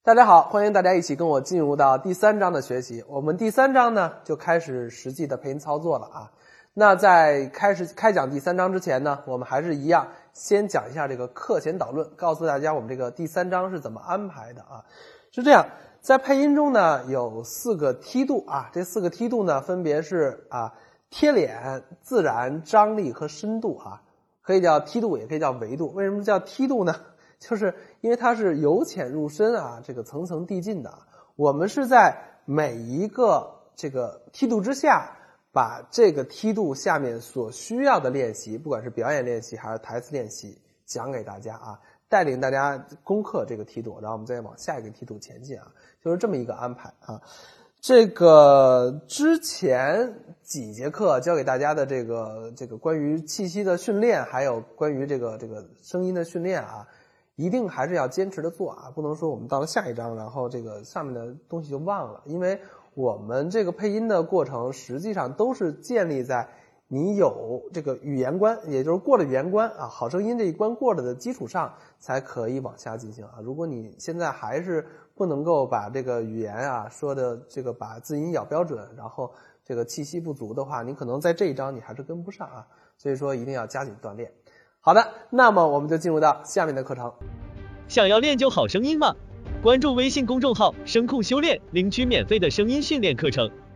大家好，欢迎大家一起跟我进入到第3章的学习。我们第3章呢就开始实际的配音操作了啊。那在开讲第3章之前呢，我们还是一样先讲一下这个课前导论，告诉大家我们这个第3章是怎么安排的啊。是这样，在配音中呢有4个梯度啊，这4个梯度呢分别是贴脸、自然、张力和深度啊，可以叫梯度也可以叫维度。为什么叫梯度呢？就是因为它是由浅入深啊，这个层层递进的。我们是在每一个这个梯度之下，把这个梯度下面所需要的练习，不管是表演练习还是台词练习，讲给大家啊，带领大家攻克这个梯度，然后我们再往下一个梯度前进啊，就是这么一个安排啊。这个之前几节课教给大家的这个关于气息的训练，还有关于这个声音的训练啊，一定还是要坚持的做啊，不能说我们到了下一章，然后这个上面的东西就忘了，因为我们这个配音的过程实际上都是建立在你有这个语言关，也就是过了语言关啊，好声音这一关过了的基础上，才可以往下进行啊。如果你现在还是不能够把这个语言啊说的这个把字音咬标准，然后这个气息不足的话，你可能在这一章你还是跟不上啊，所以说一定要加紧锻炼。好的，那么我们就进入到下面的课程。 想要练就好声音吗？关注微信公众号声控修炼，领取免费的声音训练课程。